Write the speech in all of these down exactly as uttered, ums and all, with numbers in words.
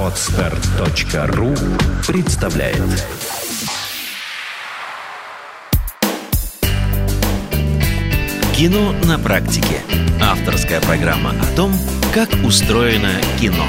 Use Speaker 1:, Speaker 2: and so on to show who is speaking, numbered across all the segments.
Speaker 1: Подстер точка ру представляет. Кино на практике. Авторская программа о том, как устроено кино.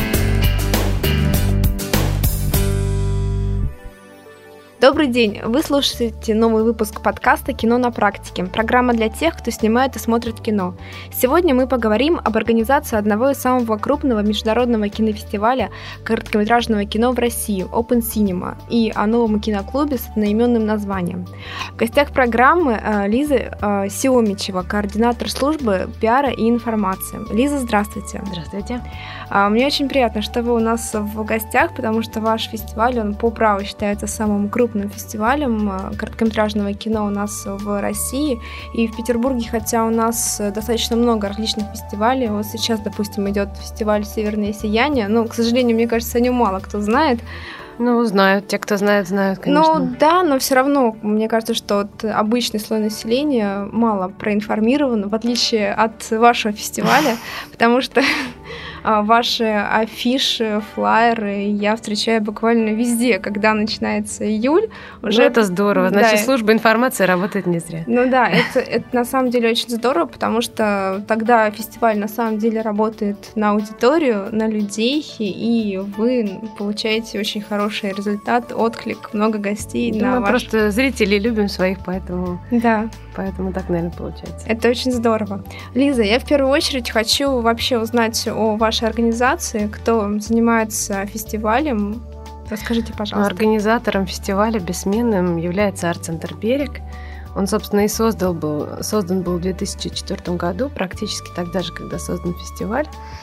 Speaker 2: Добрый день! Вы слушаете новый выпуск подкаста «Кино на практике». Программа для тех, кто снимает и смотрит кино. Сегодня мы поговорим об организации одного из самого крупного международного кинофестиваля короткометражного кино в России Open Cinema и о новом киноклубе с одноименным названием. В гостях программы Лиза Сиомичева, координатор службы пиара и информации. Лиза, здравствуйте!
Speaker 3: Здравствуйте!
Speaker 2: Мне очень приятно, что вы у нас в гостях, потому что ваш фестиваль, он по праву считается самым крупным фестивалем короткометражного кино у нас в России и в Петербурге, хотя у нас достаточно много различных фестивалей. Вот сейчас, допустим, идет фестиваль «Северное сияние», но, к сожалению, мне кажется, о нем мало кто знает.
Speaker 3: Ну, знают. Те, кто знает, знают, конечно.
Speaker 2: Ну, да, но все равно, мне кажется, что вот обычный слой населения мало проинформирован, в отличие от вашего фестиваля, потому что ваши афиши, флаеры я встречаю буквально везде, когда начинается июль.
Speaker 3: Уже ну, это здорово. Значит, да. Служба информации работает не зря.
Speaker 2: Ну да, это, это на самом деле очень здорово, потому что тогда фестиваль на самом деле работает на аудиторию, на людей, и вы получаете очень хороший результат, отклик, много гостей.
Speaker 3: Да,
Speaker 2: на
Speaker 3: мы
Speaker 2: ваш...
Speaker 3: просто зрителей любим своих, поэтому...
Speaker 2: Да.
Speaker 3: Поэтому так, наверное, получается.
Speaker 2: Это очень здорово. Лиза, я в первую очередь хочу вообще узнать о вашей организации, кто занимается фестивалем. Расскажите, пожалуйста.
Speaker 3: Организатором фестиваля бессменным является арт-центр «Берег». Он, собственно, и создал был, создан был в две тысячи четвёртом году, практически тогда же, когда создан фестиваль.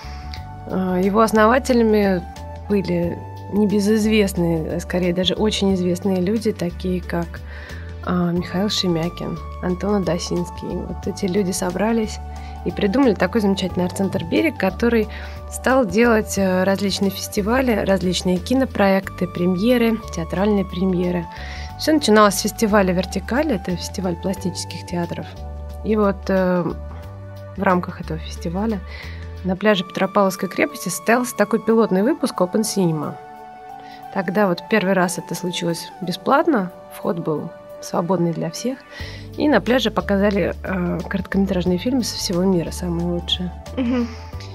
Speaker 3: Его основателями были небезызвестные, скорее даже очень известные люди, такие как Михаил Шемякин, Антон Адасинский. Вот эти люди собрались и придумали такой замечательный арт-центр «Берег», который стал делать различные фестивали, различные кинопроекты, премьеры, театральные премьеры. Все начиналось с фестиваля «Вертикаль», это фестиваль пластических театров. И вот э, в рамках этого фестиваля на пляже Петропавловской крепости состоялся такой пилотный выпуск Open Cinema. Тогда вот первый раз это случилось бесплатно, вход был свободный для всех. И на пляже показали э, короткометражные фильмы со всего мира, самые лучшие. Угу.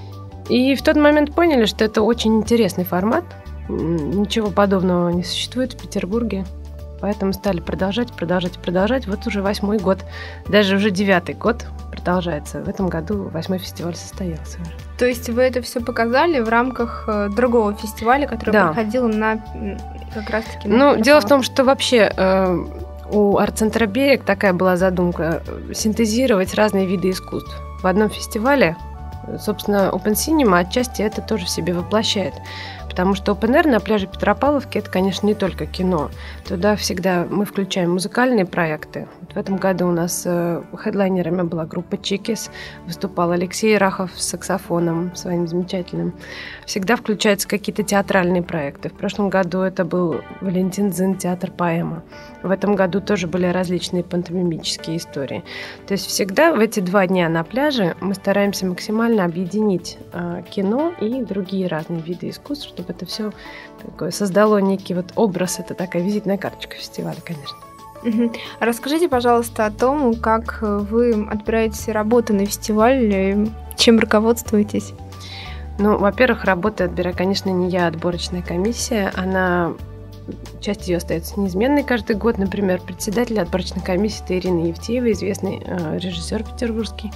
Speaker 3: И в тот момент поняли, что это очень интересный формат. Ничего подобного не существует в Петербурге. Поэтому стали продолжать, продолжать, продолжать. Вот уже восьмой год, даже уже девятый год продолжается. В этом году восьмой фестиваль состоялся уже.
Speaker 2: То есть вы это все показали в рамках другого фестиваля, который да. проходил на как раз-таки... На
Speaker 3: ну, дело в том, что вообще... Э, У арт-центра «Берег» такая была задумка – синтезировать разные виды искусств. В одном фестивале, собственно, Open Cinema отчасти это тоже в себе воплощает. Потому что Open Air на пляже Петропавловки – это, конечно, не только кино. Туда всегда мы включаем музыкальные проекты. Вот в этом году у нас хедлайнерами была группа «Чикис», выступал Алексей Рахов с саксофоном своим замечательным. Всегда включаются какие-то театральные проекты. В прошлом году это был Валентин Дзин, театр «Поэма». В этом году тоже были различные пантомимические истории. То есть всегда в эти два дня на пляже мы стараемся максимально объединить э, кино и другие разные виды искусств, чтобы это все такое создало некий вот образ. Это такая визитная карточка фестиваля, конечно.
Speaker 2: Угу. Расскажите, пожалуйста, о том, как вы отбираете работу на фестиваль, чем руководствуетесь?
Speaker 3: Ну, во-первых, работу отбираю, конечно, не я, а отборочная комиссия. Она... Часть ее остается неизменной каждый год. Например, председатель отборочной комиссии – это Ирина Евтеева, известный э, режиссер петербургский.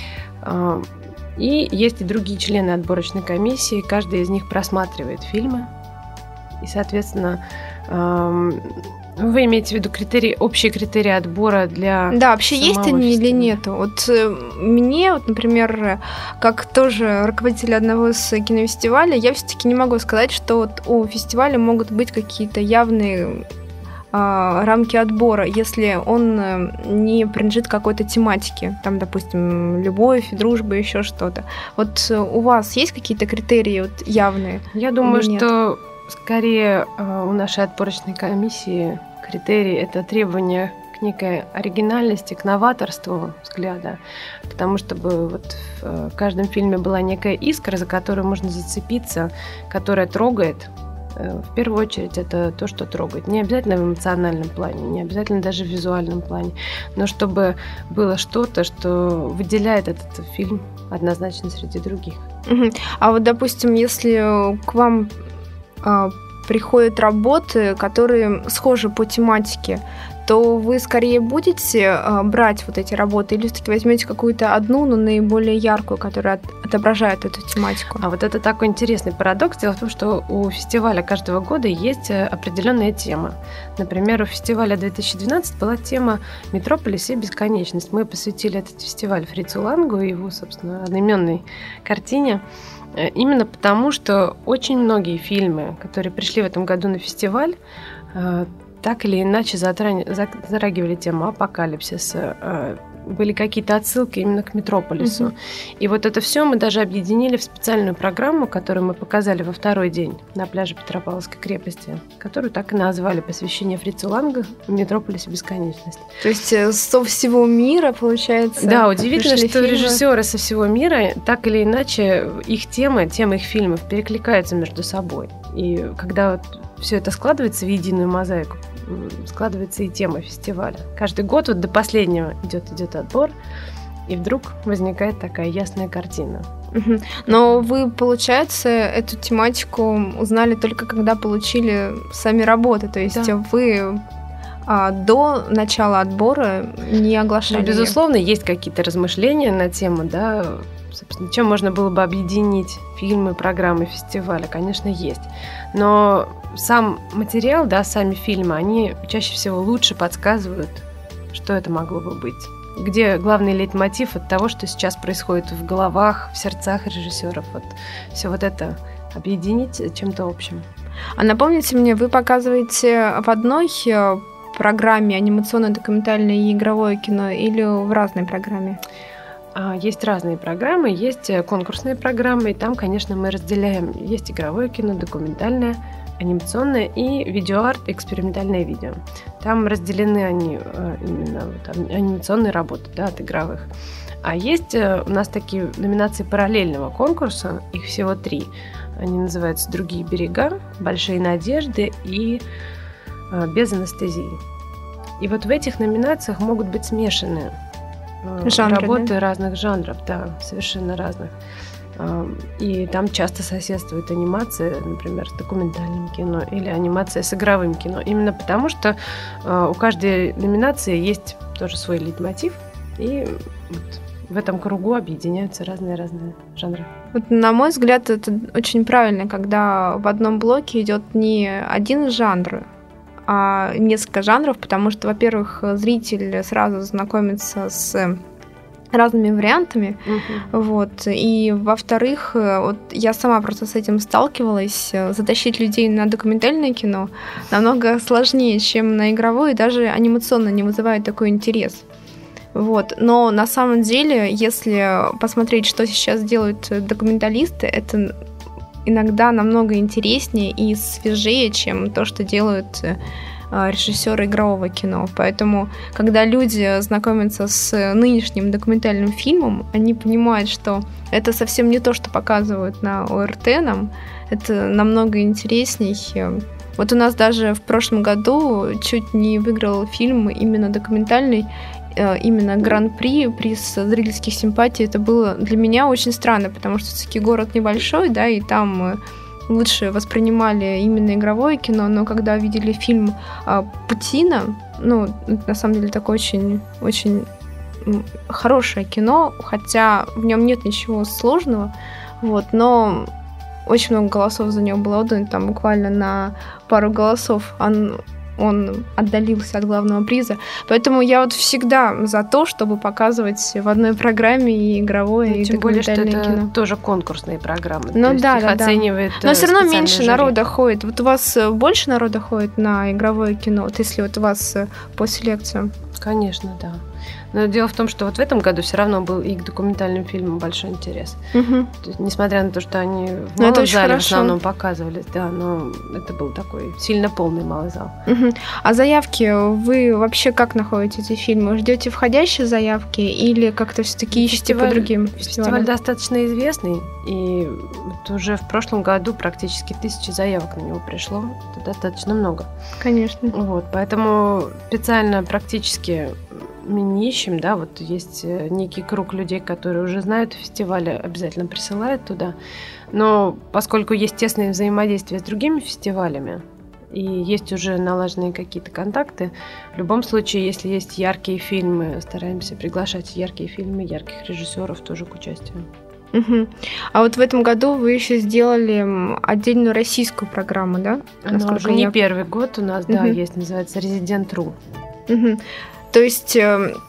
Speaker 3: Э, и есть и другие члены отборочной комиссии. Каждый из них просматривает фильмы. И, соответственно, э, вы имеете в виду критерии, общие критерии отбора для
Speaker 2: Да, вообще есть они
Speaker 3: фестиваля?
Speaker 2: Или нет? Вот мне, вот, например, как тоже руководитель одного из кинофестивалей, я все-таки не могу сказать, что вот у фестиваля могут быть какие-то явные а, рамки отбора, если он не принадлежит какой-то тематике, там, допустим, любовь, дружба, еще что-то. Вот у вас есть какие-то критерии вот, явные?
Speaker 3: Я думаю, что скорее у нашей отборочной комиссии критерий – это требования к некой оригинальности, к новаторству взгляда, потому чтобы вот в каждом фильме была некая искра, за которую можно зацепиться, которая трогает, В первую очередь это то, что трогает. Не обязательно в эмоциональном плане, не обязательно даже в визуальном плане, но чтобы было что-то, что выделяет этот фильм однозначно среди других.
Speaker 2: Угу. А вот, допустим, если к вам а, приходят работы, которые схожи по тематике, то вы скорее будете а, брать вот эти работы или все-таки возьмете какую-то одну, но наиболее яркую, которая от, отображает эту тематику?
Speaker 3: А вот это такой интересный парадокс. Дело в том, что у фестиваля каждого года есть определенная тема. Например, у фестиваля две тысячи двенадцать была тема «Метрополис и бесконечность». Мы посвятили этот фестиваль Фрицу Лангу и его, собственно, одноименной картине. Именно потому, что очень многие фильмы, которые пришли в этом году на фестиваль, так или иначе затрагивали тему апокалипсиса, были какие-то отсылки именно к Метрополису. Mm-hmm. И вот это все мы даже объединили в специальную программу, которую мы показали во второй день на пляже Петропавловской крепости, которую так и назвали «Посвящение Фрицу Лангу в Метрополисе бесконечность».
Speaker 2: То есть со всего мира, получается?
Speaker 3: Да, удивительно, что
Speaker 2: фильмы.
Speaker 3: Режиссеры со всего мира, так или иначе, их темы, темы их фильмов перекликаются между собой. И когда вот все это складывается в единую мозаику, складывается и тема фестиваля. Каждый год вот до последнего идет идет отбор, и вдруг возникает такая ясная картина.
Speaker 2: Угу. Но вы, получается, эту тематику узнали только когда получили сами работы, то есть да. вы а, до начала отбора не оглашали.
Speaker 3: Ну, безусловно, есть какие-то размышления на тему, да, собственно, чем можно было бы объединить фильмы, программы фестиваля, конечно, есть. Но сам материал, да, сами фильмы, они чаще всего лучше подсказывают, что это могло бы быть. Где главный лейтмотив от того, что сейчас происходит в головах, в сердцах режиссеров. Вот все вот это объединить чем-то общим.
Speaker 2: А напомните мне, вы показываете в одной программе анимационное, документальное и игровое кино или в разной программе?
Speaker 3: Есть разные программы, есть конкурсные программы, и там, конечно, мы разделяем. Есть игровое кино, документальное, анимационное и видеоарт, экспериментальное видео. Там разделены они именно вот, анимационные работы, да, от игровых. А есть у нас такие номинации параллельного конкурса, их всего три. Они называются «Другие берега», «Большие надежды» и «Без анестезии». И вот в этих номинациях могут быть смешаны
Speaker 2: Жанры,
Speaker 3: работы
Speaker 2: да?
Speaker 3: разных жанров, да, совершенно разных. И там часто соседствует анимация, например, с документальным кино или анимация с игровым кино. Именно потому, что у каждой номинации есть тоже свой лейтмотив, и вот в этом кругу объединяются разные-разные жанры.
Speaker 2: Вот, на мой взгляд, это очень правильно, когда в одном блоке идет не один жанр, а несколько жанров, потому что, во-первых, зритель сразу знакомится с разными вариантами, uh-huh. вот, и, во-вторых, вот я сама просто с этим сталкивалась, затащить людей на документальное кино намного сложнее, чем на игровое, и даже анимационно не вызывает такой интерес. Вот. Но на самом деле, если посмотреть, что сейчас делают документалисты, это иногда намного интереснее и свежее, чем то, что делают режиссеры игрового кино. Поэтому, когда люди знакомятся с нынешним документальным фильмом, они понимают, что это совсем не то, что показывают на о эр тэ нам. Это намного интересней. Вот у нас даже в прошлом году чуть не выиграл фильм именно документальный, именно Гран-при, приз зрительских симпатий. Это было для меня очень странно, потому что все-таки город небольшой, да, и там лучше воспринимали именно игровое кино, но когда видели фильм «Путина», ну, на самом деле такое очень, очень хорошее кино, хотя в нем нет ничего сложного, вот, но очень много голосов за него было отдано, там буквально на пару голосов он, он отдалился от главного приза. Поэтому я вот всегда за то, чтобы показывать в одной программе и игровое, ну, и
Speaker 3: тем более, что это
Speaker 2: кино.
Speaker 3: Тоже конкурсные программы.
Speaker 2: Ну,
Speaker 3: то
Speaker 2: да,
Speaker 3: есть их
Speaker 2: да,
Speaker 3: оценивает
Speaker 2: да. Но все равно меньше
Speaker 3: жюри.
Speaker 2: народа ходит. Вот у вас больше народа ходит на игровое кино, вот если вот у вас по селекции?
Speaker 3: Конечно, да. Но дело в том, что вот в этом году все равно был и к документальным фильмам большой интерес.
Speaker 2: Угу.
Speaker 3: То есть, несмотря на то, что они в малом зале
Speaker 2: хорошо.
Speaker 3: в основном показывались, да, но это был такой сильно полный малый зал.
Speaker 2: Угу. А заявки вы вообще как находите эти фильмы? Ждете входящие заявки или как-то все-таки ищете по другим фестивалям?
Speaker 3: Фестиваль достаточно известный, и вот уже в прошлом году практически тысячи заявок на него пришло. Это достаточно много.
Speaker 2: Конечно.
Speaker 3: Вот, поэтому специально практически мы не ищем, да, вот есть некий круг людей, которые уже знают о фестивале, обязательно присылают туда. Но поскольку есть тесное взаимодействие с другими фестивалями, и есть уже налаженные какие-то контакты, в любом случае, если есть яркие фильмы, стараемся приглашать яркие фильмы, ярких режиссеров тоже к участию.
Speaker 2: Угу. А вот в этом году вы еще сделали отдельную российскую программу, да?
Speaker 3: Она уже не я... первый год у нас, угу. да, есть, называется «Резидент.ру».
Speaker 2: Угу. То есть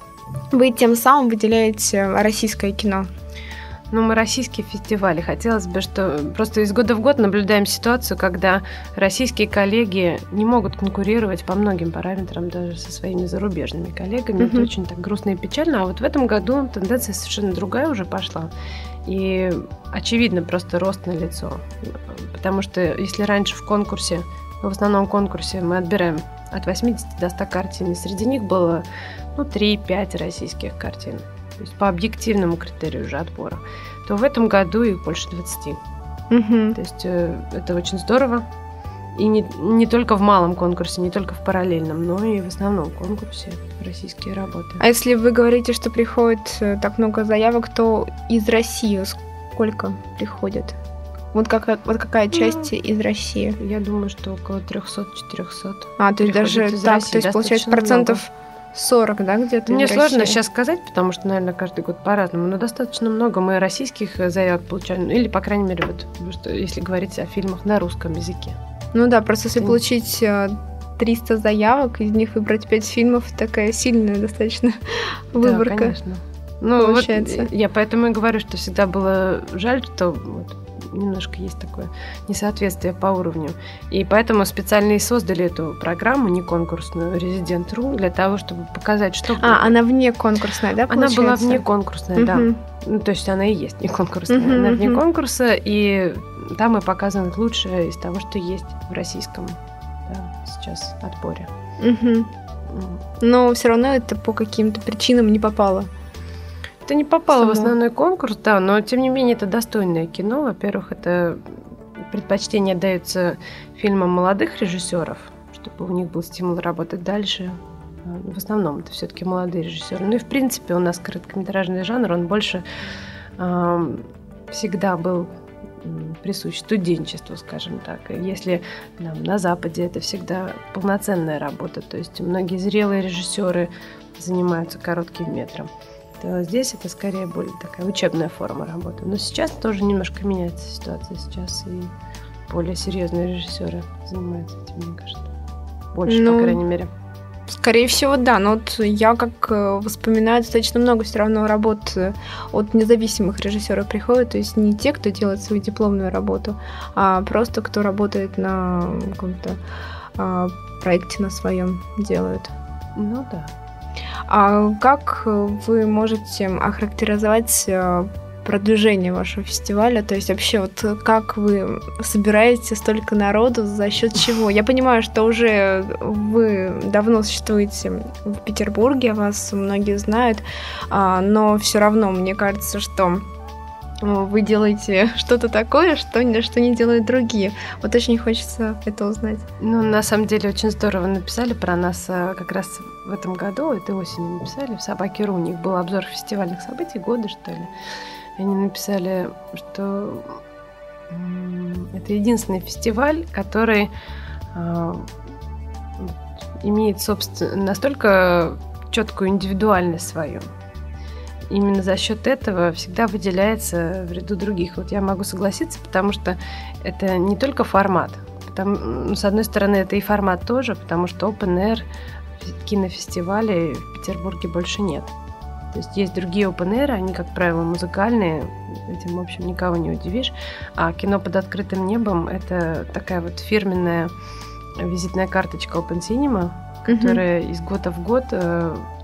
Speaker 2: вы тем самым выделяете российское кино?
Speaker 3: Ну, мы российские фестивали. Хотелось бы, что просто из года в год наблюдаем ситуацию, когда российские коллеги не могут конкурировать по многим параметрам даже со своими зарубежными коллегами. Mm-hmm. Это очень так грустно и печально. А вот в этом году тенденция совершенно другая уже пошла. И очевидно просто рост на лицо. Потому что если раньше в конкурсе, в основном конкурсе мы отбираем от восьмидесяти до ста картин, и среди них было ну, три-пять российских картин. То есть по объективному критерию уже отбора, то в этом году их больше двадцати.
Speaker 2: Угу.
Speaker 3: То есть э, это очень здорово. И не, не только в малом конкурсе, не только в параллельном, но и в основном конкурсе российские работы.
Speaker 2: А если вы говорите, что приходит так много заявок, то из России сколько приходит? Вот, как, вот какая часть ну, из России?
Speaker 3: Я думаю, что около триста-четыреста.
Speaker 2: А, то есть даже так, то есть получается процентов... много. сорок, да, где-то?
Speaker 3: Мне сложно сейчас сказать, потому что, наверное, каждый год по-разному, но достаточно много мы российских заявок получаем, или, по крайней мере, вот, что, если говорить о фильмах на русском языке.
Speaker 2: Ну да, просто если получить триста заявок, из них выбрать пять фильмов, такая сильная достаточно выборка.
Speaker 3: Да, конечно. Ну, получается. Вот я поэтому и говорю, что всегда было жаль, что вот, немножко есть такое несоответствие по уровню. И поэтому специально и создали эту программу, не конкурсную, «Резидент.ру», для того, чтобы показать, что...
Speaker 2: А, она вне конкурсная, да, получается?
Speaker 3: Она была вне конкурсная, uh-huh. да. Ну, то есть она и есть не конкурсная. Uh-huh, она вне uh-huh. конкурса, и там мы показываем лучшее из того, что есть в российском да, сейчас отборе.
Speaker 2: Uh-huh. Uh-huh. Но все равно это по каким-то причинам не попало.
Speaker 3: Это не попало Само. в основной конкурс, да, но тем не менее это достойное кино. Во-первых, это предпочтение отдается фильмам молодых режиссеров, чтобы у них был стимул работать дальше. В основном это все-таки молодые режиссеры. Ну и в принципе у нас короткометражный жанр, он больше э, всегда был присущ студенчеству, скажем так. И если там, на Западе это всегда полноценная работа, то есть многие зрелые режиссеры занимаются коротким метром, то здесь это скорее более такая учебная форма работы. Но сейчас тоже немножко меняется ситуация. Сейчас и более серьезные режиссеры занимаются этим, мне кажется. Больше, ну, по крайней мере.
Speaker 2: Скорее всего, да. Но вот я как вспоминаю, достаточно много все равно работ от независимых режиссеров приходит. То есть не те, кто делает свою дипломную работу, а просто кто работает на каком-то а, проекте на своем делают.
Speaker 3: Ну да.
Speaker 2: А как вы можете охарактеризовать продвижение вашего фестиваля? То есть вообще вот как вы собираете столько народу, за счет чего? Я понимаю, что уже вы давно существуете в Петербурге, вас многие знают, но все равно мне кажется, что вы делаете что-то такое, что, что не делают другие. Вот очень хочется это узнать.
Speaker 3: Ну, на самом деле, очень здорово написали про нас как раз в этом году, этой осенью написали в «Собаке.ру». У них был обзор фестивальных событий года, что ли. Они написали, что это единственный фестиваль, который э, имеет, собственно, настолько четкую индивидуальность свою. Именно за счет этого всегда выделяется в ряду других. Вот я могу согласиться, потому что это не только формат. Потому, с одной стороны, это и формат тоже, потому что open-air кинофестивалей в Петербурге больше нет. То есть есть другие open-air, они, как правило, музыкальные, этим, в общем, никого не удивишь. А кино под открытым небом – это такая вот фирменная визитная карточка Open Cinema, которая mm-hmm. из года в год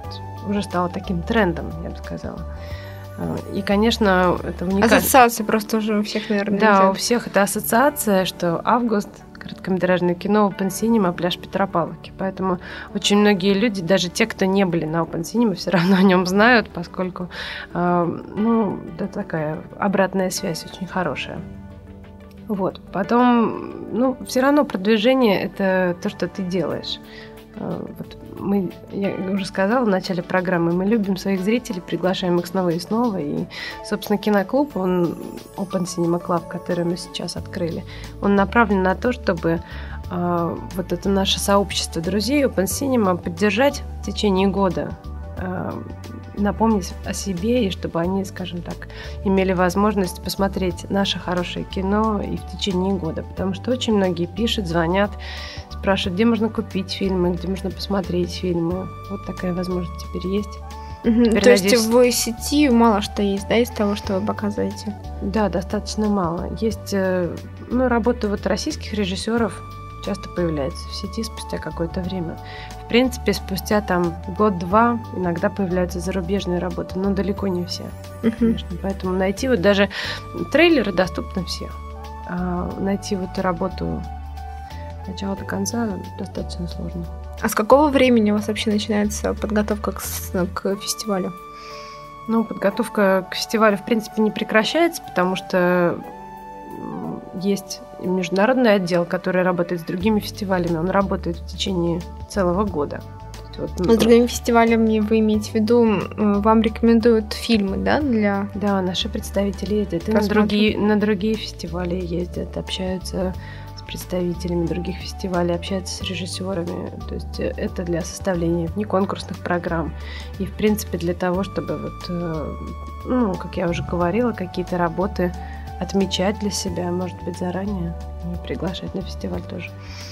Speaker 3: уже стало таким трендом, я бы сказала. И, конечно, это уникально.
Speaker 2: Ассоциация просто уже у всех, наверное,
Speaker 3: Да,
Speaker 2: идет.
Speaker 3: у всех это ассоциация, что август, короткометражное кино, Open Cinema, пляж Петропавловки. Поэтому очень многие люди, даже те, кто не были на Open Cinema, все равно о нем знают, поскольку, ну, да, такая обратная связь очень хорошая. Вот. Потом, ну, все равно продвижение – это то, что ты делаешь. Вот мы, я уже сказала в начале программы, мы любим своих зрителей, приглашаем их снова и снова. И, собственно, киноклуб, он Open Cinema Club, который мы сейчас открыли, он направлен на то, чтобы э, вот это наше сообщество друзей Open Cinema поддержать в течение года, э, напомнить о себе, и чтобы они, скажем так, имели возможность посмотреть наше хорошее кино и в течение года. Потому что очень многие пишут, звонят, спрашивают, где можно купить фильмы, где можно посмотреть фильмы. Вот такая возможность теперь есть.
Speaker 2: Угу.
Speaker 3: Теперь,
Speaker 2: То
Speaker 3: надеюсь...
Speaker 2: есть в сети мало что есть, да, из того, что вы показываете?
Speaker 3: Да, достаточно мало. Есть, ну, работы вот российских режиссеров часто появляются в сети спустя какое-то время. В принципе, спустя там год-два иногда появляются зарубежные работы, но далеко не все, uh-huh. конечно. Поэтому найти вот даже трейлеры доступны все. А найти вот работу от начала до конца достаточно сложно.
Speaker 2: А с какого времени у вас вообще начинается подготовка к, к фестивалю?
Speaker 3: Ну, подготовка к фестивалю, в принципе, не прекращается, потому что есть международный отдел, который работает с другими фестивалями. Он работает в течение целого года.
Speaker 2: Вот, с другими фестивалями вы имеете в виду, вам рекомендуют фильмы, да, для...
Speaker 3: Да, наши представители ездят и на другие, на другие фестивали ездят, общаются с представителями других фестивалей, общаются с режиссерами. То есть это для составления внеконкурсных программ. И, в принципе, для того, чтобы, вот, ну, как я уже говорила, какие-то работы отмечать для себя, может быть, заранее, и приглашать на фестиваль тоже.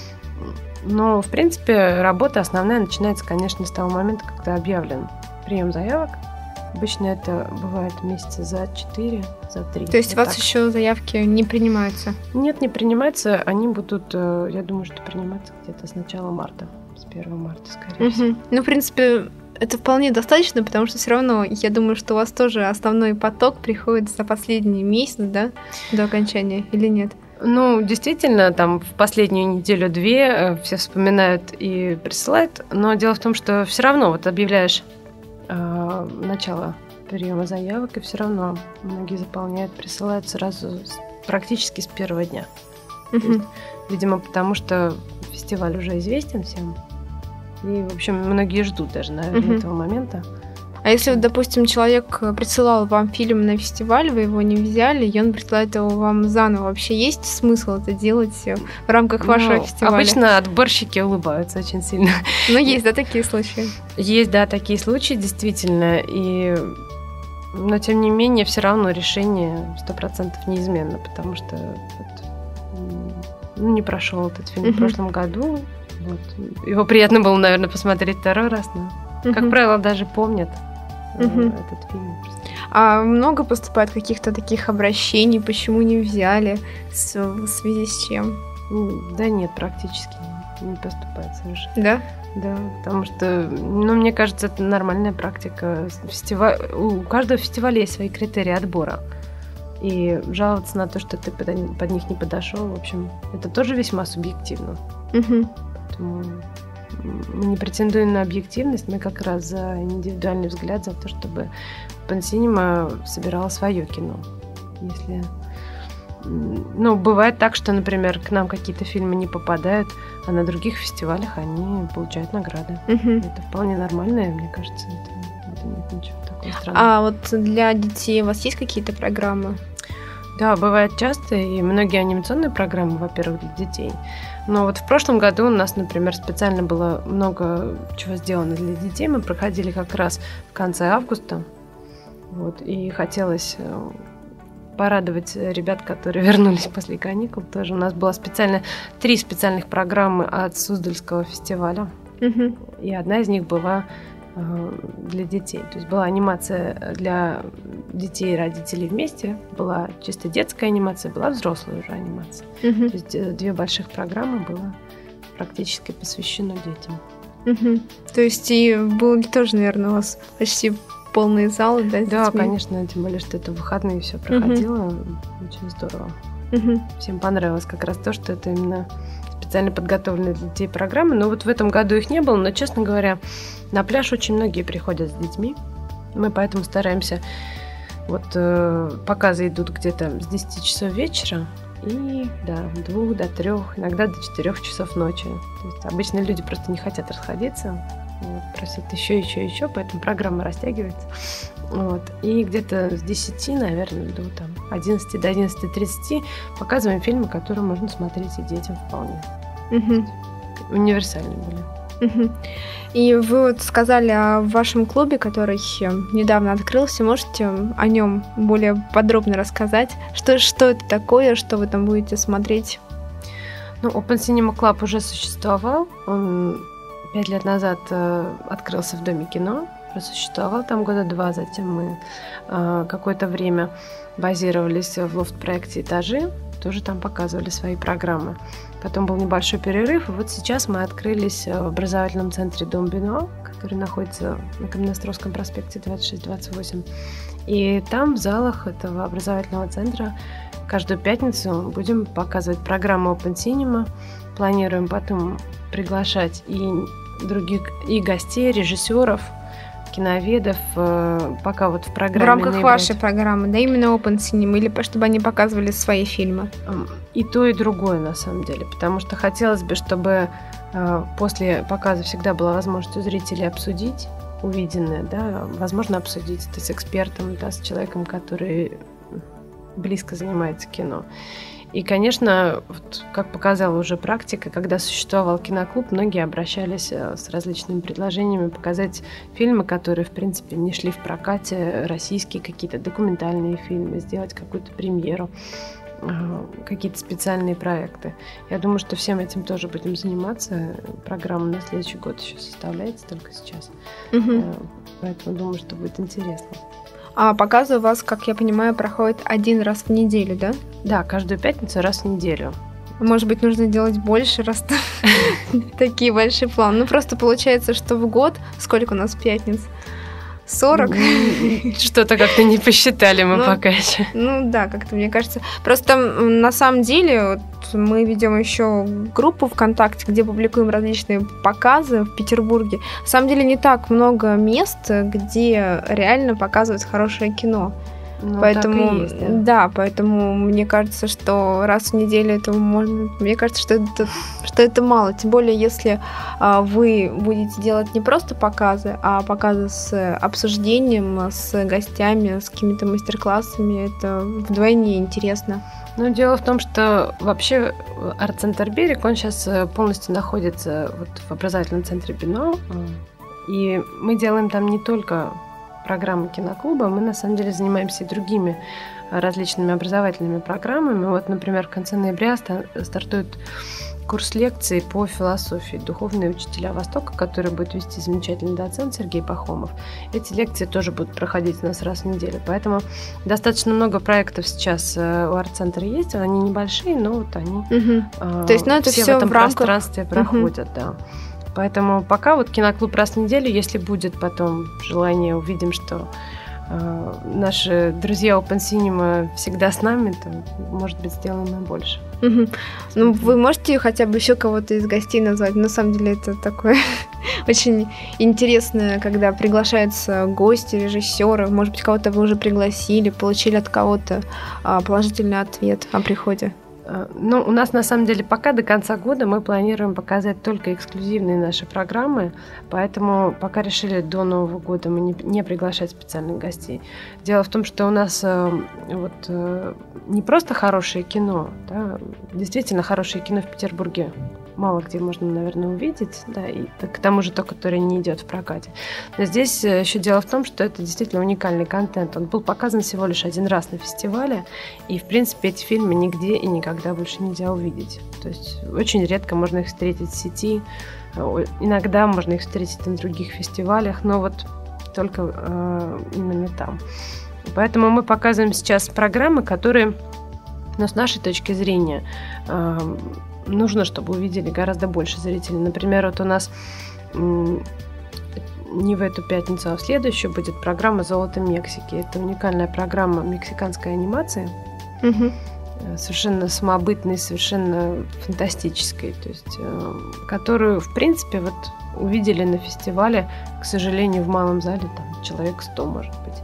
Speaker 3: Но, в принципе, работа основная начинается, конечно, с того момента, когда объявлен прием заявок. Обычно это бывает месяца за четыре, за три.
Speaker 2: То есть
Speaker 3: вот
Speaker 2: у вас
Speaker 3: так.
Speaker 2: еще заявки не принимаются?
Speaker 3: Нет, не принимаются. Они будут, я думаю, что приниматься где-то с начала марта, с первого марта, скорее
Speaker 2: угу. всего. Ну, в принципе, это вполне достаточно, потому что все равно, я думаю, что у вас тоже основной поток приходит за последний месяц, да, до окончания, или нет?
Speaker 3: Ну, действительно, там в последнюю неделю-две все вспоминают и присылают, но дело в том, что все равно вот объявляешь э, начало приема заявок, и все равно многие заполняют, присылают сразу с, практически с первого дня.
Speaker 2: Uh-huh.
Speaker 3: То есть, видимо, потому что фестиваль уже известен всем, и, в общем, многие ждут даже, наверное, uh-huh. этого момента.
Speaker 2: А если, вот, допустим, человек присылал вам фильм на фестиваль, вы его не взяли, и он присылает его вам заново, вообще есть смысл это делать в рамках вашего
Speaker 3: ну,
Speaker 2: фестиваля?
Speaker 3: Обычно отборщики улыбаются очень сильно.
Speaker 2: Ну, есть, да, такие случаи? Есть,
Speaker 3: да, такие случаи, действительно, и... но, тем не менее, все равно решение сто процентов неизменно, потому что вот, ну, не прошел этот фильм uh-huh. в прошлом году. Вот. Его приятно было, наверное, посмотреть второй раз, но, uh-huh. как правило, даже помнят uh-huh. этот фильм.
Speaker 2: А много поступает каких-то таких обращений, почему не взяли, с, в связи с чем?
Speaker 3: Да нет, практически не поступает совершенно.
Speaker 2: Да?
Speaker 3: Да, потому что, ну, мне кажется, это нормальная практика. Фестиваль... У каждого фестиваля есть свои критерии отбора. И жаловаться на то, что ты под, под них не подошел, в общем, это тоже весьма субъективно.
Speaker 2: Угу.
Speaker 3: Поэтому мы не претендуем на объективность, мы как раз за индивидуальный взгляд, за то, чтобы Open Cinema собирала свое кино. Если... Ну, бывает так, что, например, к нам какие-то фильмы не попадают, а на других фестивалях они получают награды. Uh-huh. Это вполне нормально, и мне кажется, это, это нет ничего такого странного.
Speaker 2: А вот для детей у вас есть какие-то программы?
Speaker 3: Да, бывает часто, и многие анимационные программы, во-первых, для детей. Но вот в прошлом году у нас, например, специально было много чего сделано для детей. Мы проходили как раз в конце августа, вот, и хотелось... порадовать ребят, которые вернулись после каникул. Тоже у нас было специально три специальных программы от Суздальского фестиваля. Uh-huh. И одна из них была э, для детей. То есть была анимация для детей и родителей вместе, была чисто детская анимация, была взрослая уже анимация. Uh-huh. То есть две больших программы было практически посвящено детям.
Speaker 2: Угу. То есть и был тоже, наверное, у вас почти полные залы, да?
Speaker 3: Да, конечно, тем более, что это выходные все проходило. Угу. Очень здорово. Угу. Всем понравилось как раз то, что это именно специально подготовленные для детей программы. Но вот в этом году их не было, но, честно говоря, на пляж очень многие приходят с детьми. Мы поэтому стараемся... Вот э, показы идут где-то с десяти часов вечера и до двух, до трех, иногда до четырех часов ночи. То есть обычно люди просто не хотят расходиться, вот, просят еще, еще, еще, поэтому программа растягивается. Вот. И где-то с десяти, наверное, до там, одиннадцати, до одиннадцати тридцати показываем фильмы, которые можно смотреть и детям вполне.
Speaker 2: Угу.
Speaker 3: Универсальные были.
Speaker 2: Угу. И вы вот сказали о вашем клубе, который недавно открылся. Можете о нем более подробно рассказать? Что, что это такое, что вы там будете смотреть?
Speaker 3: Ну, Open Cinema Club уже существовал. Он пять лет назад э, открылся в Доме кино. Просуществовал там года два. Затем мы э, какое-то время базировались в лофт-проекте «Этажи». Тоже там показывали свои программы. Потом был небольшой перерыв, и вот сейчас мы открылись в образовательном центре Дом Бенуа, который находится на Каменноостровском проспекте двадцать шесть двадцать восемь. И там в залах этого образовательного центра каждую пятницу будем показывать программу Open Cinema. Планируем потом приглашать и других, и гостей, режиссеров, киноведов, пока вот в программе...
Speaker 2: В рамках наибрать... вашей программы, да, именно Open Cinema, или чтобы они показывали свои фильмы?
Speaker 3: И то, и другое, на самом деле, потому что хотелось бы, чтобы после показа всегда была возможность у зрителей обсудить увиденное, да, возможно, обсудить это с экспертом, да, с человеком, который близко занимается кино. И, конечно, вот, как показала уже практика, когда существовал киноклуб, многие обращались с различными предложениями показать фильмы, которые, в принципе, не шли в прокате, российские какие-то документальные фильмы, сделать какую-то премьеру, какие-то специальные проекты. Я думаю, что всем этим тоже будем заниматься. Программа на следующий год еще составляется только сейчас. Угу. Поэтому думаю, что будет интересно.
Speaker 2: А показы у вас, как я понимаю, проходят один раз в неделю, да?
Speaker 3: Да, каждую пятницу раз в неделю.
Speaker 2: Может быть, нужно делать больше, раз такие большие планы. Ну, просто получается, что в год, сколько у нас пятниц? сорок?
Speaker 3: Что-то как-то не посчитали мы пока еще.
Speaker 2: Ну да, как-то мне кажется. Просто на самом деле вот, мы ведем еще группу ВКонтакте, где публикуем различные показы в Петербурге. На самом деле не так много мест, где реально показывают хорошее кино.
Speaker 3: Ну,
Speaker 2: поэтому,
Speaker 3: есть, да.
Speaker 2: да, поэтому мне кажется, что раз в неделю это можно. Мне кажется, что это, что это мало. Тем более, если а, вы будете делать не просто показы, а показы с обсуждением, с гостями, с какими-то мастер-классами, это вдвойне интересно.
Speaker 3: Ну, дело в том, что вообще арт-центр «Берег», он сейчас полностью находится вот в образовательном центре Бенуа. И мы делаем там не только программы киноклуба, мы на самом деле занимаемся и другими различными образовательными программами. Вот, например, в конце ноября стартует курс лекций по философии «Духовные учителя Востока», который будет вести замечательный доцент Сергей Пахомов. Эти лекции тоже будут проходить у нас раз в неделю, поэтому достаточно много проектов сейчас у арт-центра есть, они небольшие, но вот они
Speaker 2: угу.
Speaker 3: э,
Speaker 2: То есть, ну, это
Speaker 3: все,
Speaker 2: все
Speaker 3: в этом
Speaker 2: в рамках...
Speaker 3: пространстве проходят, угу. да. Поэтому пока вот киноклуб раз в неделю, если будет потом желание, увидим, что э, наши друзья Open Cinema всегда с нами, то, может быть, сделаем и больше.
Speaker 2: Угу. Ну, вы можете хотя бы еще кого-то из гостей назвать? На самом деле это такое очень интересно, когда приглашаются гости, режиссеры. Может быть, кого-то вы уже пригласили, получили от кого-то а, положительный ответ о приходе.
Speaker 3: Ну, у нас, на самом деле, пока до конца года мы планируем показать только эксклюзивные наши программы, поэтому пока решили до Нового года мы не, не приглашать специальных гостей. Дело в том, что у нас э, вот, э, не просто хорошее кино, да, действительно хорошее кино в Петербурге мало где можно, наверное, увидеть, да, и к тому же то, которое не идет в прокате. Но здесь еще дело в том, что это действительно уникальный контент. Он был показан всего лишь один раз на фестивале, и, в принципе, эти фильмы нигде и никогда больше нельзя увидеть. То есть очень редко можно их встретить в сети, иногда можно их встретить на других фестивалях, но вот только э, именно там. Поэтому мы показываем сейчас программы, которые, ну, с нашей точки зрения, э, нужно, чтобы увидели гораздо больше зрителей. Например, вот у нас не в эту пятницу, а в следующую будет программа «Золото Мексики». Это уникальная программа мексиканской анимации, угу. совершенно самобытной, совершенно фантастической, то есть, которую, в принципе, вот увидели на фестивале, к сожалению, в малом зале там человек сто, может быть.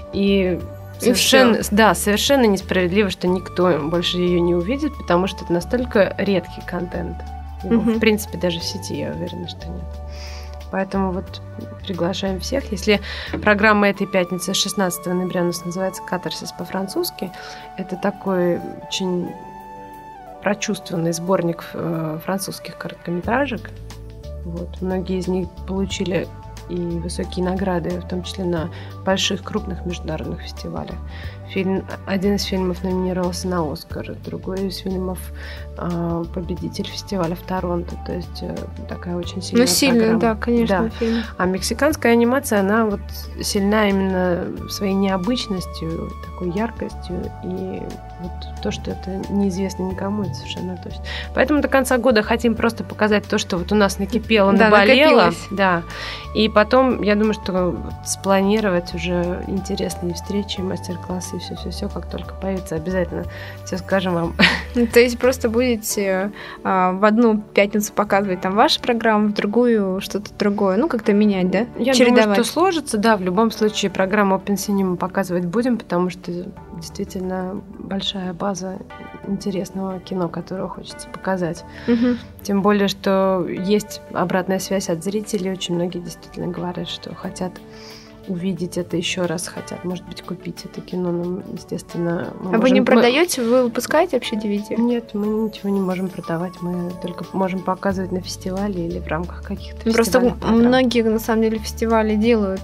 Speaker 3: И совершенно, да, совершенно несправедливо, что никто больше ее не увидит, потому что это настолько редкий контент. Его, угу. в принципе, даже в сети, я уверена, что нет. Поэтому вот приглашаем всех. Если программа этой пятницы шестнадцатого ноября у нас называется «Катарсис» по-французски, это такой очень прочувствованный сборник французских короткометражек. Вот. Многие из них получили и высокие награды, в том числе на больших, крупных международных фестивалях. Фильм, один из фильмов номинировался на «Оскар», другой из фильмов э, победитель фестиваля в Торонто. То есть э, такая очень сильная
Speaker 2: ну, сильная,
Speaker 3: программа.
Speaker 2: да, конечно,
Speaker 3: да.
Speaker 2: фильм.
Speaker 3: А мексиканская анимация, она вот сильна именно своей необычностью, такой яркостью, и вот то, что это неизвестно никому, это совершенно точно. Поэтому до конца года хотим просто показать то, что вот у нас накипело,
Speaker 2: да,
Speaker 3: наболело.
Speaker 2: накопилось.
Speaker 3: Да. И потом, я думаю, что спланировать уже интересные встречи, мастер-классы и все-все-все, как только появится, обязательно все скажем вам.
Speaker 2: То есть просто будете а, в одну пятницу показывать там вашу программу, в другую что-то другое, ну как-то менять, да?
Speaker 3: Я
Speaker 2: чередовать.
Speaker 3: думаю, что сложится, да, в любом случае программу Open Cinema показывать будем, потому что действительно большая база интересного кино, которое хочется показать. Угу. Тем более, что есть обратная связь от зрителей, очень многие действительно говорят, что хотят увидеть это еще раз, хотят, может быть, купить это кино, но, естественно...
Speaker 2: А можем... вы не продаете, вы выпускаете вообще ди ви ди?
Speaker 3: Нет, мы ничего не можем продавать, мы только можем показывать на фестивале или в рамках каких-то
Speaker 2: Просто
Speaker 3: фестивалей. Просто
Speaker 2: многие, на самом деле, фестивали делают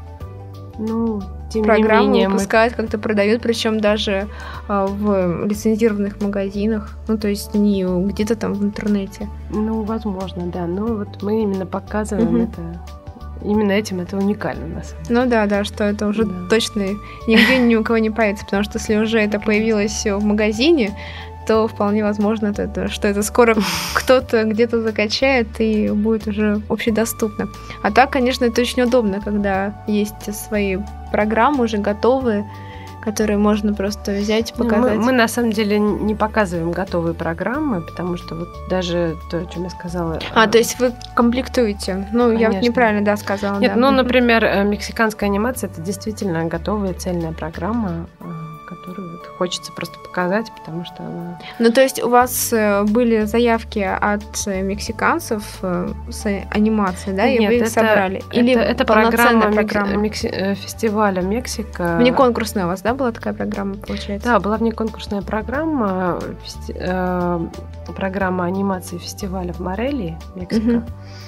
Speaker 3: ну, тем
Speaker 2: программу,
Speaker 3: не менее,
Speaker 2: выпускают,
Speaker 3: мы...
Speaker 2: как-то продают, причем даже а, в лицензированных магазинах, ну, то есть не где-то там в интернете.
Speaker 3: Ну, возможно, да, но вот мы именно показываем угу. это... Именно этим это уникально у нас.
Speaker 2: Ну да, да, что это уже да. точно нигде ни у кого не появится, потому что если уже это появилось в магазине, то вполне возможно, это, что это скоро кто-то где-то закачает и будет уже общедоступно. А так, конечно, это очень удобно, когда есть свои программы уже готовые, которые можно просто взять и показать.
Speaker 3: Мы, мы на самом деле не показываем готовые программы, потому что вот даже то, о чем я сказала...
Speaker 2: А, то есть вы комплектуете? Ну, конечно. Я вот неправильно, да, сказала.
Speaker 3: Нет,
Speaker 2: да.
Speaker 3: ну, например, мексиканская анимация — это действительно готовая цельная программа, которую вот хочется просто показать, потому что она...
Speaker 2: Ну, то есть у вас были заявки от мексиканцев с анимацией, да, и
Speaker 3: Нет,
Speaker 2: вы их
Speaker 3: это,
Speaker 2: собрали? Или
Speaker 3: это, это
Speaker 2: полноценная
Speaker 3: программа,
Speaker 2: программа?
Speaker 3: Мекси... фестиваля Мексика.
Speaker 2: Внеконкурсная у вас, да, была такая программа, получается?
Speaker 3: Да, была внеконкурсная программа, фести... э, программа анимации фестиваля в Морелии, Мексика.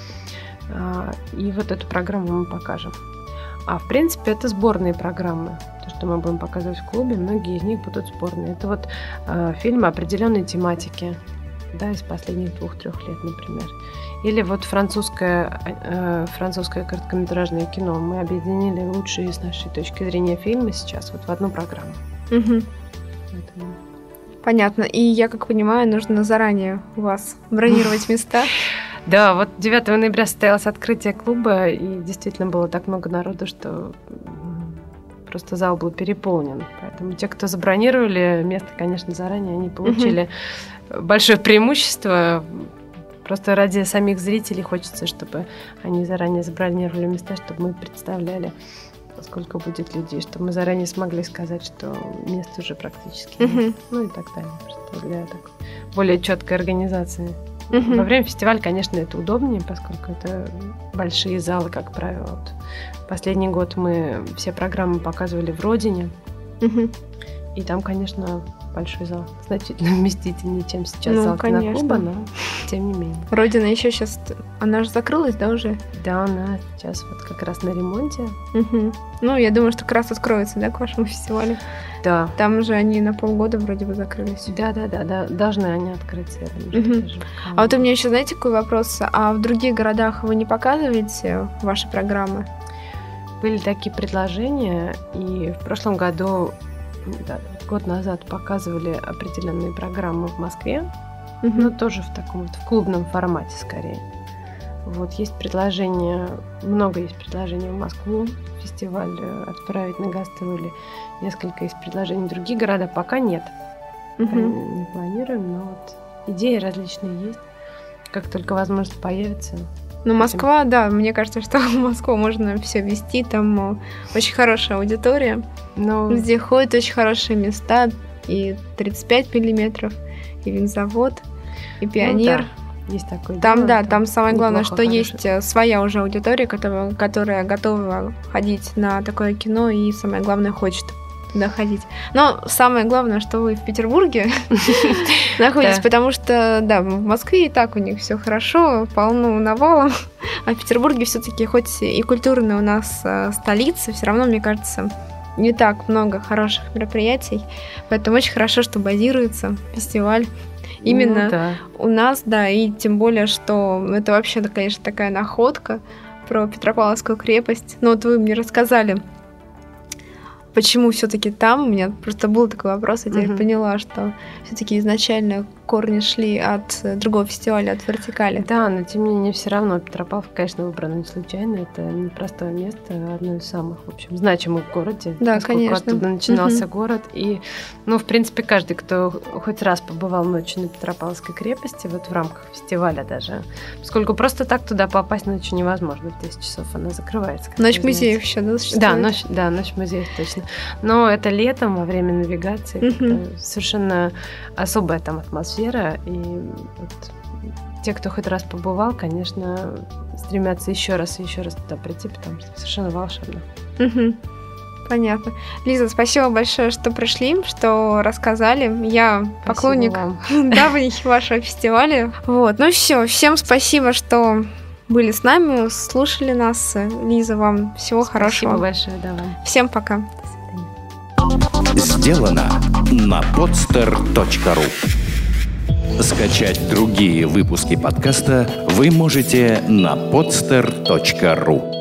Speaker 3: Угу. И вот эту программу мы покажем. А в принципе это сборные программы. То, что мы будем показывать в клубе, многие из них будут сборные. Это вот э, фильмы определенной тематики, да, из последних двух-трех лет, например. Или вот французское, э, французское короткометражное кино. Мы объединили лучшие с нашей точки зрения фильмы сейчас вот в одну программу.
Speaker 2: Угу. Поэтому... Понятно. И я, как понимаю, нужно заранее у вас бронировать места.
Speaker 3: Да, вот девятого ноября состоялось открытие клуба, и действительно было так много народу, что просто зал был переполнен. Поэтому те, кто забронировали место, конечно, заранее, они получили mm-hmm. большое преимущество. Просто ради самих зрителей хочется, чтобы они заранее забронировали места, чтобы мы представляли, сколько будет людей, чтобы мы заранее смогли сказать, что мест уже практически нет. Mm-hmm. Ну и так далее. Просто для такой более четкой организации. Uh-huh. Во время фестиваля, конечно, это удобнее, поскольку это большие залы, как правило. Вот последний год мы все программы показывали в Родине. Uh-huh. И там, конечно, большой зал значительно вместительнее, чем сейчас
Speaker 2: ну,
Speaker 3: зал
Speaker 2: конечно.
Speaker 3: киноклуба, но тем не менее.
Speaker 2: Родина еще сейчас... Она же закрылась, да, уже?
Speaker 3: Да, она сейчас вот как раз на ремонте.
Speaker 2: Uh-huh. Ну, я думаю, что как раз откроется, да, к вашему фестивалю?
Speaker 3: Да.
Speaker 2: Там же они на полгода вроде бы закрылись.
Speaker 3: Да, да, да, да. Должны они открыться, я думаю,
Speaker 2: uh-huh.
Speaker 3: что даже...
Speaker 2: А вот у меня еще, знаете, какой вопрос? А в других городах вы не показываете ваши программы?
Speaker 3: Были такие предложения, и в прошлом году, да, год назад показывали определенные программы в Москве, uh-huh. но тоже в таком вот в клубном формате скорее. Вот, есть предложение, много есть предложений в Москву, фестиваль отправить на гастроли. Несколько есть предложений в другие города, пока нет. Пока
Speaker 2: Угу.
Speaker 3: не планируем, но вот идеи различные есть. Как только возможность появится.
Speaker 2: Ну, Москва, да, мне кажется, что в Москву можно все везти, там э, очень хорошая аудитория,
Speaker 3: Но
Speaker 2: где ходят очень хорошие места, и тридцать пять миллиметров, и винзавод, и пионер.
Speaker 3: Ну, да, есть такое
Speaker 2: Там,
Speaker 3: дело,
Speaker 2: да,
Speaker 3: это
Speaker 2: там самое главное,
Speaker 3: неплохо,
Speaker 2: что
Speaker 3: хорошо.
Speaker 2: есть э, своя уже аудитория, которая, которая готова ходить на такое кино, и самое главное, хочет туда ходить. Но самое главное, что вы в Петербурге находитесь,
Speaker 3: Да.
Speaker 2: потому что, да, в Москве и так у них все хорошо, полно навалом, а в Петербурге все-таки хоть и культурная у нас э, столица, все равно, мне кажется, не так много хороших мероприятий, поэтому очень хорошо, что базируется фестиваль именно
Speaker 3: Ну, да.
Speaker 2: у нас, да, и тем более, что это вообще, да, конечно, такая находка про Петропавловскую крепость. Ну вот вы мне рассказали, почему все-таки там. У меня просто был такой вопрос, я теперь
Speaker 3: Мгм.
Speaker 2: поняла, что все-таки изначально корни шли от э, другого фестиваля, от Вертикали.
Speaker 3: Да, но тем не менее все равно Петропавловск, конечно, выбрано не случайно. Это непростое место, одно из самых, в общем, значимых в городе.
Speaker 2: Да,
Speaker 3: поскольку
Speaker 2: конечно.
Speaker 3: оттуда начинался
Speaker 2: Мгм.
Speaker 3: город. И, ну, в принципе, каждый, кто хоть раз побывал ночью на Петропавловской крепости, вот в рамках фестиваля даже, поскольку просто так туда попасть ночью невозможно. В десять часов она закрывается. как
Speaker 2: Ночь
Speaker 3: вы знаете.
Speaker 2: музеев еще, да,
Speaker 3: Да,
Speaker 2: существует?
Speaker 3: ночь, да, ночь музеев, точно. Но это летом, во время навигации,
Speaker 2: Мгм.
Speaker 3: это совершенно особая там атмосфера. И вот те, кто хоть раз побывал, конечно, стремятся еще раз и еще раз туда прийти, потому что совершенно волшебно.
Speaker 2: Мгм. Понятно. Лиза, спасибо большое, что пришли, что рассказали. Я поклонник
Speaker 3: Спасибо вам.
Speaker 2: давний вашего фестиваля. Вот, ну все, всем спасибо, что были с нами, слушали нас. Лиза, вам всего
Speaker 3: Спасибо
Speaker 2: хорошего.
Speaker 3: большое, да, вам.
Speaker 2: Всем пока.
Speaker 1: Сделано на podster точка ру. Скачать другие выпуски подкаста вы можете на podster точка ру.